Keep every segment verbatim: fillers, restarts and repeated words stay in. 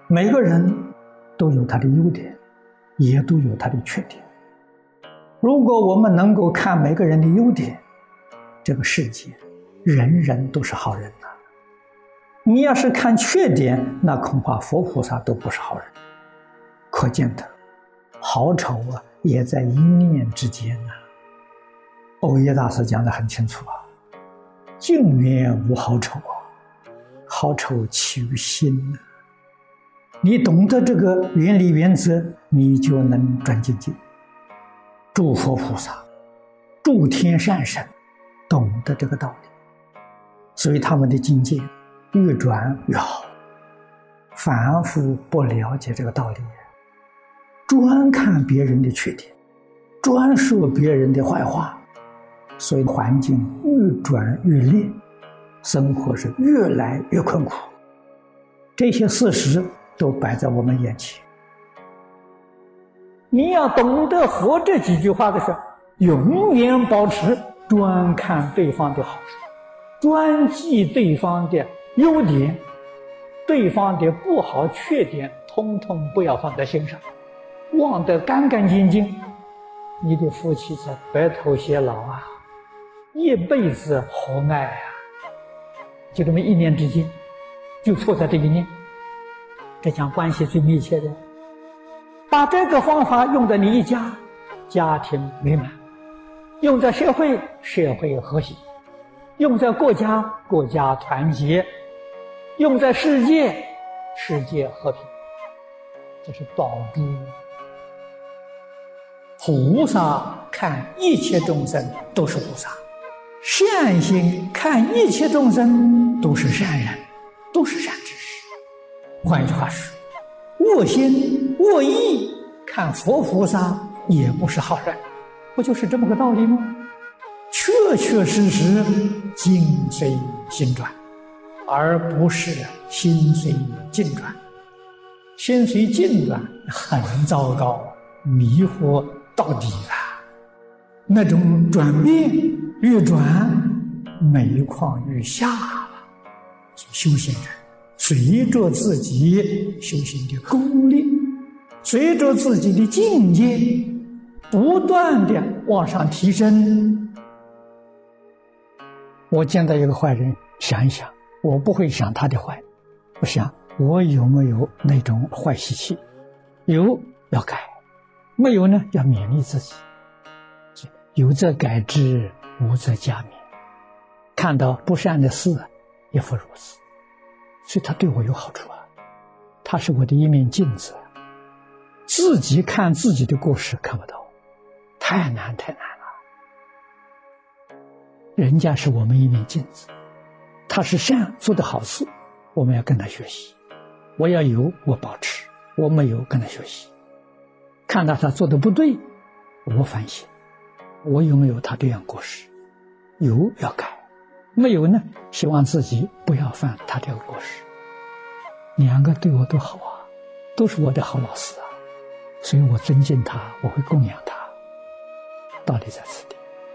每个人都有他的优点，也都有他的缺点。如果我们能够看每个人的优点，这个世界人人都是好人呐。你要是看缺点，那恐怕佛菩萨都不是好人。可见的好丑啊，也在一念之间啊。欧耶大师讲得很清楚啊，境缘无好丑啊，好丑起于心啊。你懂得这个原理原则，你就能转境界。诸佛菩萨、诸天善神懂得这个道理，所以他们的境界越转越好。凡夫不了解这个道理，专看别人的缺点，专说别人的坏话，所以环境越转越劣，生活是越来越困苦。这些事实都摆在我们眼前。你要懂得佛这几句话的时候，永远保持专看对方的好处，专记对方的优点，对方的不好缺点通通不要放在心上，忘得干干净净，你的夫妻才白头偕老啊，一辈子和爱啊。就这么一念之间，就错在这一念，这讲关系最密切的。把这个方法用在你一家，家庭美满；用在社会，社会和谐；用在国家，国家团结；用在世界，世界和平。这是宝珠。菩萨看一切众生都是菩萨，善心看一切众生都是善人，都是善知识。换一句话说，恶心恶意看佛菩萨也不是好人，不就是这么个道理吗？确确实实境随心转，而不是心随境转。心随境转很糟糕，迷惑到底了。那种转变越转，每况愈下了。修行人随着自己修行的功力，随着自己的境界，不断的往上提升。我见到一个坏人，想一想，我不会想他的坏，我想我有没有那种坏习气，有要改，没有呢要勉励自己，有则改之，无则加勉。看到不善的事也复如此，所以他对我有好处啊，他是我的一面镜子。自己看自己的过失看不到，太难太难了。人家是我们一面镜子，他是善做的好事，我们要跟他学习。我要有我保持，我没有跟他学习。看到他做的不对，我反省，我有没有他这样过失？有要改，没有呢，希望自己不要犯他这个过失。两个对我都好啊，都是我的好老师啊，所以我尊敬他，我会供养他。道理在此地。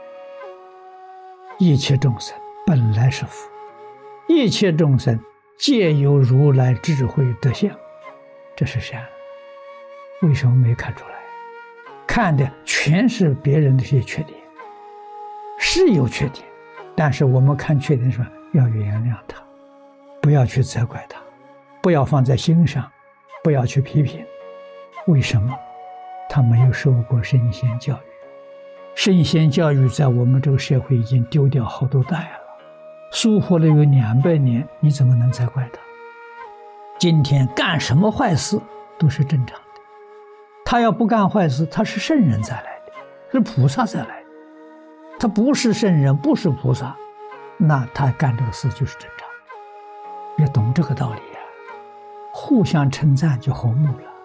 一切众生本来是佛，一切众生皆有如来智慧德相，这是善。为什么没看出来？看的全是别人的这些缺点，是有缺点，但是我们看缺点时要原谅他，不要去责怪他，不要放在心上，不要去批评。为什么？他没有受过圣贤教育，圣贤教育在我们这个社会已经丢掉好多代了，疏忽了有两百年，你怎么能责怪他？今天干什么坏事都是正常的，他要不干坏事，他是圣人再来的，是菩萨再来的。他不是圣人，不是菩萨，那他干这个事就是正常的。要懂这个道理啊，互相称赞就和睦了。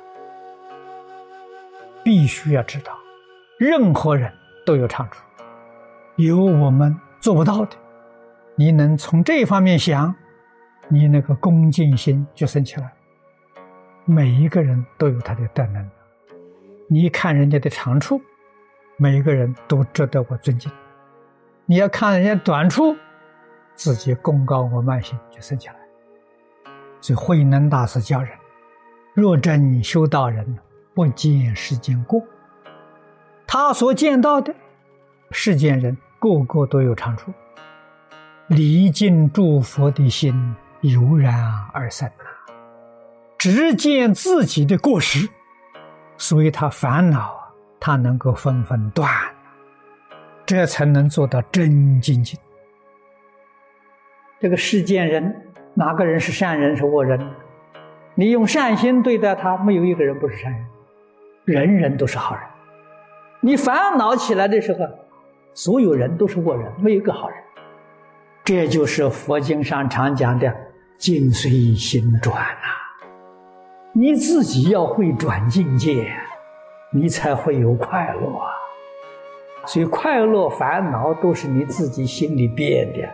必须要知道，任何人都有长处，有我们做不到的。你能从这方面想，你那个恭敬心就升起来。每一个人都有他的德能，你看人家的长处，每一个人都值得我尊敬。你要看人家短处，自己功高我慢心就升起来。所以慧能大师教人， 若真修道人，不见世间过，他所见到的世间人个个都有长处，礼敬诸佛的心油然而生啊，只见自己的过失，所以他烦恼啊，他能够纷纷断，这才能做到真精进。这个世间人，哪个人是善人是恶人？你用善心对待他，没有一个人不是善人，人人都是好人。你烦恼起来的时候，所有人都是恶人，没有一个好人。这就是佛经上常讲的境随心转啊！你自己要会转境界，你才会有快乐啊！所以快乐烦恼都是你自己心里变的。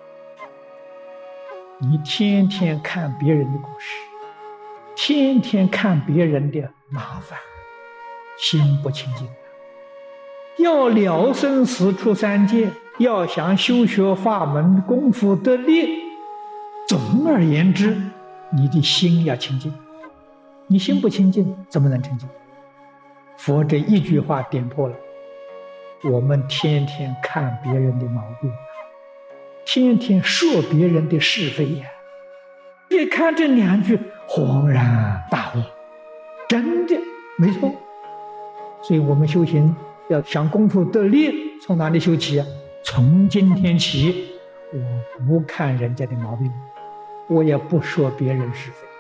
你天天看别人的故事，天天看别人的麻烦，心不清净。要了生死出三界，要想修学法门功夫得力，总而言之，你的心要清净。你心不清净，怎么能清净？佛这一句话点破了，我们天天看别人的毛病，天天说别人的是非呀，一看这两句，恍然大悟，真的没错。所以我们修行要想功夫得力，从哪里修起啊？从今天起，我不看人家的毛病，我也不说别人是非。